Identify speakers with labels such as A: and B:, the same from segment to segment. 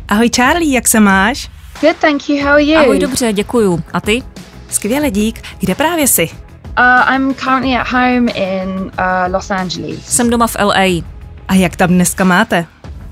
A: Ahoj Charlie, jak se máš?
B: Good, thank you. How are you?
C: Ahoj, dobře, děkuju. A ty?
A: Skvěle, dík. Kde právě jsi?
B: I'm currently at home in Los Angeles.
C: Jsem doma v LA.
A: A jak tam dneska máte?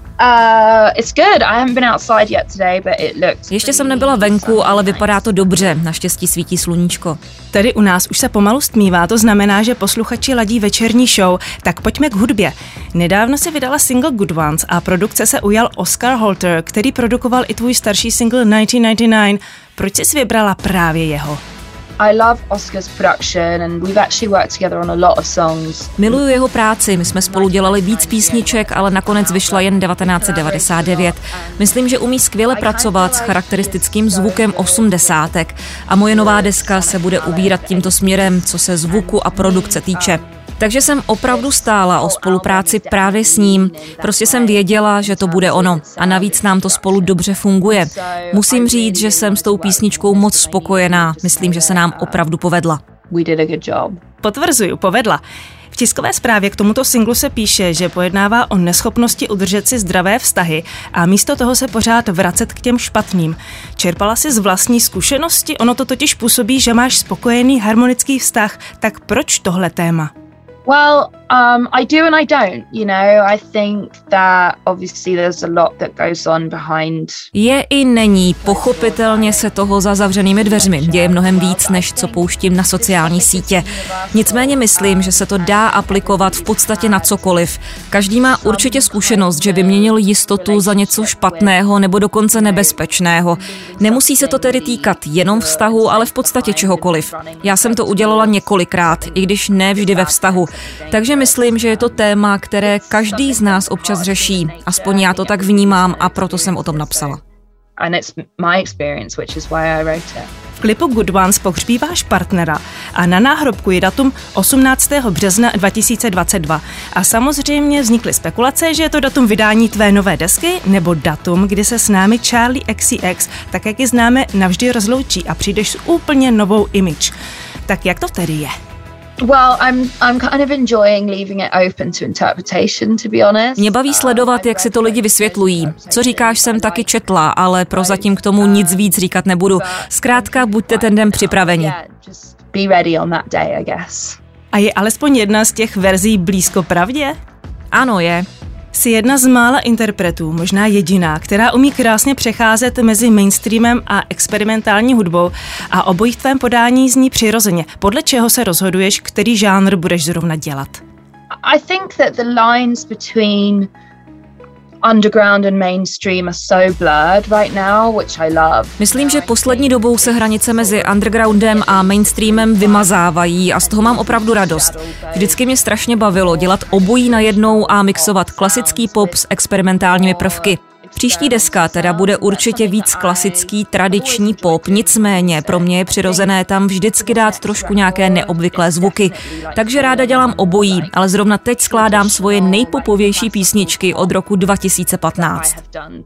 B: It's good. I haven't been outside yet today, but it looks.
C: Ještě jsem nebyla venku, ale vypadá to dobře. Naštěstí svítí sluníčko.
A: Tady u nás už se pomalu stmívá, to znamená, že posluchači ladí večerní show, tak pojďme k hudbě. Nedávno si vydala single Good Ones a produkce se ujal Oscar Holter, který produkoval i tvůj starší single 1999. Proč jsi vybrala právě jeho?
B: I love Oscar's production and we've actually worked together on a lot of songs.
C: Miluju jeho práci, my jsme spolu dělali víc písniček, ale nakonec vyšla jen 1999. Myslím, že umí skvěle pracovat s charakteristickým zvukem 80. a moje nová deska se bude ubírat tímto směrem, co se zvuku a produkce týče. Takže jsem opravdu stála o spolupráci právě s ním. Prostě jsem věděla, že to bude ono. A navíc nám to spolu dobře funguje. Musím říct, že jsem s tou písničkou moc spokojená. Myslím, že se nám opravdu povedla.
B: We did a good job.
A: Potvrzuju, povedla. V tiskové zprávě k tomuto singlu se píše, že pojednává o neschopnosti udržet si zdravé vztahy a místo toho se pořád vracet k těm špatným. Čerpala jsi z vlastní zkušenosti? Ono to totiž působí, že máš spokojený harmonický vztah. Tak proč tohle téma?
B: Well, I do and I don't, you know. I think that obviously there's a lot that goes on behind.
C: Je i není. Pochopitelně se toho za zavřenými dveřmi děje mnohem víc, než co pouštím na sociální sítě. Nicméně myslím, že se to dá aplikovat v podstatě na cokoliv. Každý má určitě zkušenost, že vyměnil jistotu za něco špatného nebo dokonce nebezpečného. Nemusí se to tedy týkat jenom vztahu, ale v podstatě čehokoliv. Já jsem to udělala několikrát, i když ne vždy ve vztahu. Takže myslím, že je to téma, které každý z nás občas řeší. Aspoň já to tak vnímám a proto jsem o tom napsala.
A: V klipu Good Ones pohřbíváš partnera a na náhrobku je datum 18. března 2022. A samozřejmě vznikly spekulace, že je to datum vydání tvé nové desky nebo datum, kdy se s námi Charli XCX, tak jak ji známe, navždy rozloučí a přijdeš s úplně novou image. Tak jak to tedy je?
B: Well, I'm kind of enjoying leaving it open to interpretation, to be honest.
C: Mě baví sledovat, jak si to lidi vysvětlují. Co říkáš, jsem taky četla, ale prozatím k tomu nic víc říkat nebudu. Zkrátka, buďte ten den připraveni.
B: Be ready on that day, I guess.
A: A je alespoň jedna z těch verzí blízko pravdě?
C: Ano, je.
A: Jsi jedna z mála interpretů, možná jediná, která umí krásně přecházet mezi mainstreamem a experimentální hudbou a obojí v tvém podání zní přirozeně. Podle čeho se rozhoduješ, který žánr budeš zrovna dělat?
B: I think that the lines between underground and mainstream are so blurred right now, which I love.
C: Myslím, že poslední dobou se hranice mezi undergroundem a mainstreamem vymazávají a z toho mám opravdu radost. Vždycky mě strašně bavilo dělat obojí najednou a mixovat klasický pop s experimentálními prvky. Příští deska teda bude určitě víc klasický, tradiční pop, nicméně pro mě je přirozené tam vždycky dát trošku nějaké neobvyklé zvuky. Takže ráda dělám obojí, ale zrovna teď skládám svoje nejpopovější písničky od roku 2015.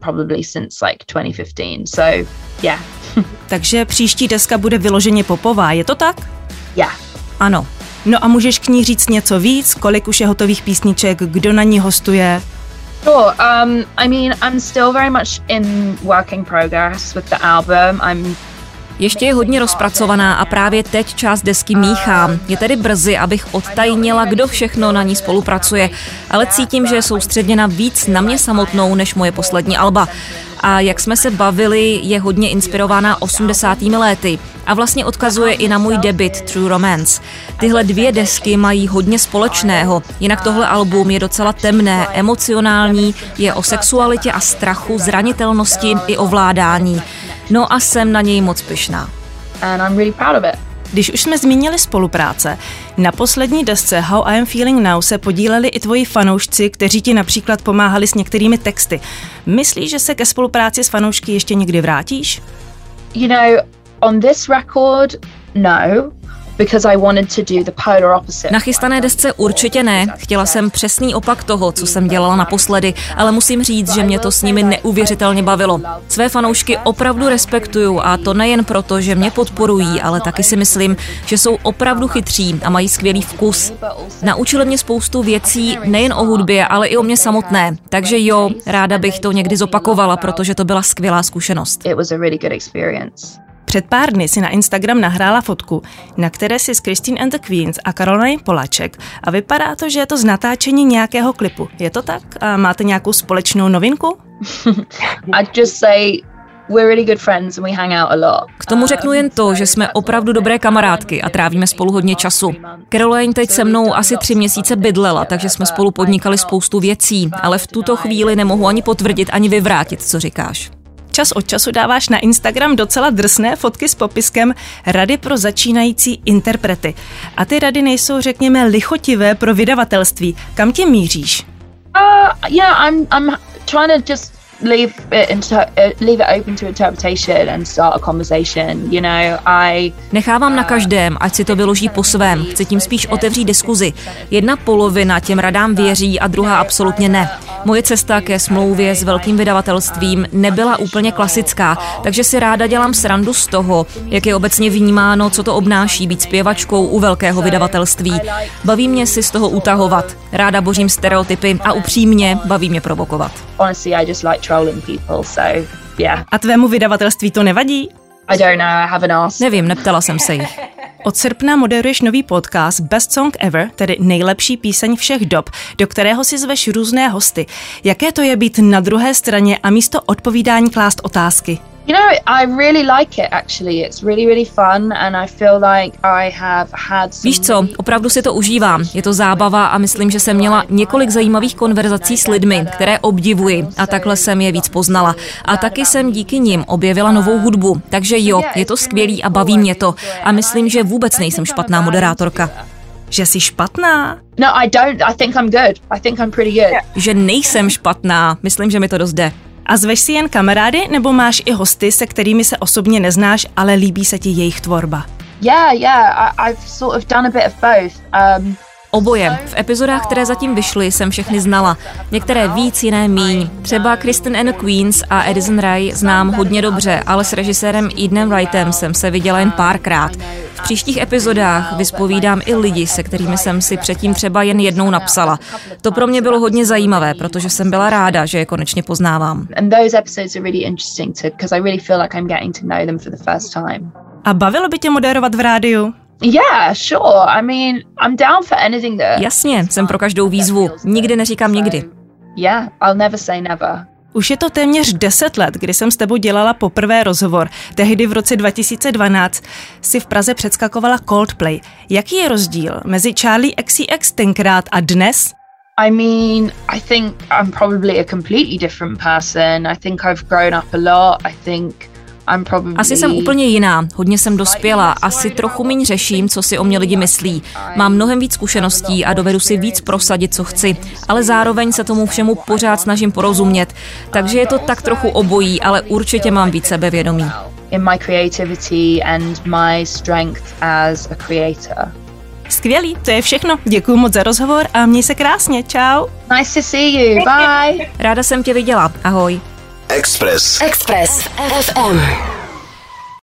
A: Takže příští deska bude vyloženě popová, je to tak?
B: Yeah.
A: Ano. No a můžeš k ní říct něco víc? Kolik už je hotových písniček, kdo na ní hostuje?
B: Sure. I mean, I'm still very much in working progress with the album.
C: Ještě je hodně rozpracovaná a právě teď část desky míchám. Je tedy brzy, abych odtajnila, kdo všechno na ní spolupracuje, ale cítím, že je soustředěna víc na mě samotnou než moje poslední alba. A jak jsme se bavili, je hodně inspirována 80. léty a vlastně odkazuje i na můj debut True Romance. Tyhle dvě desky mají hodně společného, jinak tohle album je docela temné, emocionální, je o sexualitě a strachu, zranitelnosti i ovládání. No a jsem na něj moc pyšná.
B: And I'm really proud of it.
A: Když už jsme zmínili spolupráce, na poslední desce How I Am Feeling Now se podíleli i tvoji fanoušci, kteří ti například pomáhali s některými texty. Myslíš, že se ke spolupráci s fanoušky ještě někdy vrátíš?
B: You know, on this record, no. because I wanted to do the polar opposite.
C: Na chystané desce určitě ne. Chtěla jsem přesný opak toho, co jsem dělala naposledy, ale musím říct, že mě to s nimi neuvěřitelně bavilo. Své fanoušky opravdu respektuju a to nejen proto, že mě podporují, ale taky si myslím, že jsou opravdu chytří a mají skvělý vkus. Naučili mě spoustu věcí nejen o hudbě, ale i o mě samotné. Takže jo, ráda bych to někdy zopakovala, protože to byla skvělá zkušenost.
B: It was a really good experience.
A: Před pár dny si na Instagram nahrála fotku, na které si s Christine and the Queens a Caroline Polachek a vypadá to, že je to z natáčení nějakého klipu. Je to tak? A máte nějakou společnou novinku?
B: I'd just say we're really good friends and we hang out a lot.
C: K tomu řeknu jen to, že jsme opravdu dobré kamarádky a trávíme spolu hodně času. Caroline teď se mnou asi 3 měsíce bydlela, takže jsme spolu podnikali spoustu věcí, ale v tuto chvíli nemohu ani potvrdit, ani vyvrátit, co říkáš.
A: Čas od času dáváš na Instagram docela drsné fotky s popiskem rady pro začínající interprety. A ty rady nejsou, řekněme, lichotivé pro vydavatelství. Kam tím míříš?
B: I'm trying to just leave it open to interpretation and start a conversation, you know.
C: Nechávám na každém, ať si to vyloží po svém. Chci tím spíš otevřít diskuzi. Jedna polovina těm radám věří a druhá absolutně ne. Moje cesta ke smlouvě s velkým vydavatelstvím nebyla úplně klasická, takže si ráda dělám srandu z toho, jak je obecně vnímáno, co to obnáší být zpěvačkou u velkého vydavatelství. Baví mě si z toho utahovat. Ráda bořím stereotypy a upřímně baví mě provokovat.
B: Honestly, I just like trolling people, so yeah.
A: A tvému vydavatelství to nevadí?
B: I don't know, I haven't asked.
C: Nevím, neptala jsem se jich.
A: Od srpna moderuješ nový podcast Best Song Ever, tedy nejlepší píseň všech dob, do kterého si zveš různé hosty. Jaké to je být na druhé straně a místo odpovídání klást otázky?
B: You know, I really like it actually. It's really, really fun and I feel like I have had some...
C: Víš co, opravdu si to užívám. Je to zábava a myslím, že jsem měla několik zajímavých konverzací s lidmi, které obdivuji a takhle jsem je víc poznala. A taky jsem díky nim objevila novou hudbu. Takže jo, je to skvělý a baví mě to. A myslím, že vůbec nejsem špatná moderátorka.
A: Že jsi špatná?
B: No, I don't. I think I'm good. I think I'm pretty good.
C: Že nejsem špatná. Myslím, že mi to dost jde.
A: A zveš si jen kamarády, nebo máš i hosty, se kterými se osobně neznáš, ale líbí se ti jejich tvorba?
B: Yeah. I've sort of done a bit of both.
C: Oboje. V epizodách, které zatím vyšly, jsem všechny znala. Některé víc, jiné míň. Třeba Kristen and the Queens a Addison Rae znám hodně dobře, ale s režisérem Edenem Wrightem jsem se viděla jen párkrát. V příštích epizodách vyspovídám i lidi, se kterými jsem si předtím třeba jen jednou napsala. To pro mě bylo hodně zajímavé, protože jsem byla ráda, že je konečně poznávám.
A: A bavilo by tě moderovat v rádiu?
B: Yeah, sure. I mean, I'm down for anything that...
C: Jasně, jsem pro každou výzvu. Nikdy neříkám nikdy.
B: Yeah, I'll never say never.
A: Už je to téměř 10 let, kdy jsem s tebou dělala poprvé rozhovor. Tehdy v roce 2012 si v Praze předskakovala Coldplay. Jaký je rozdíl mezi Charli XCX tenkrát a dnes?
B: I mean, I think I'm probably a completely different person. I think I've grown up a lot. I think
C: Asi jsem úplně jiná, hodně jsem dospěla, asi trochu méně řeším, co si o mě lidi myslí. Mám mnohem víc zkušeností a dovedu si víc prosadit, co chci, ale zároveň se tomu všemu pořád snažím porozumět. Takže je to tak trochu obojí, ale určitě mám víc sebevědomí.
B: In my creativity and my strength as a creator.
A: Skvělý, to je všechno. Děkuju moc za rozhovor a měj se krásně. Čau.
B: Nice to see you. Bye.
C: Ráda jsem tě viděla. Ahoj.
D: Express FM.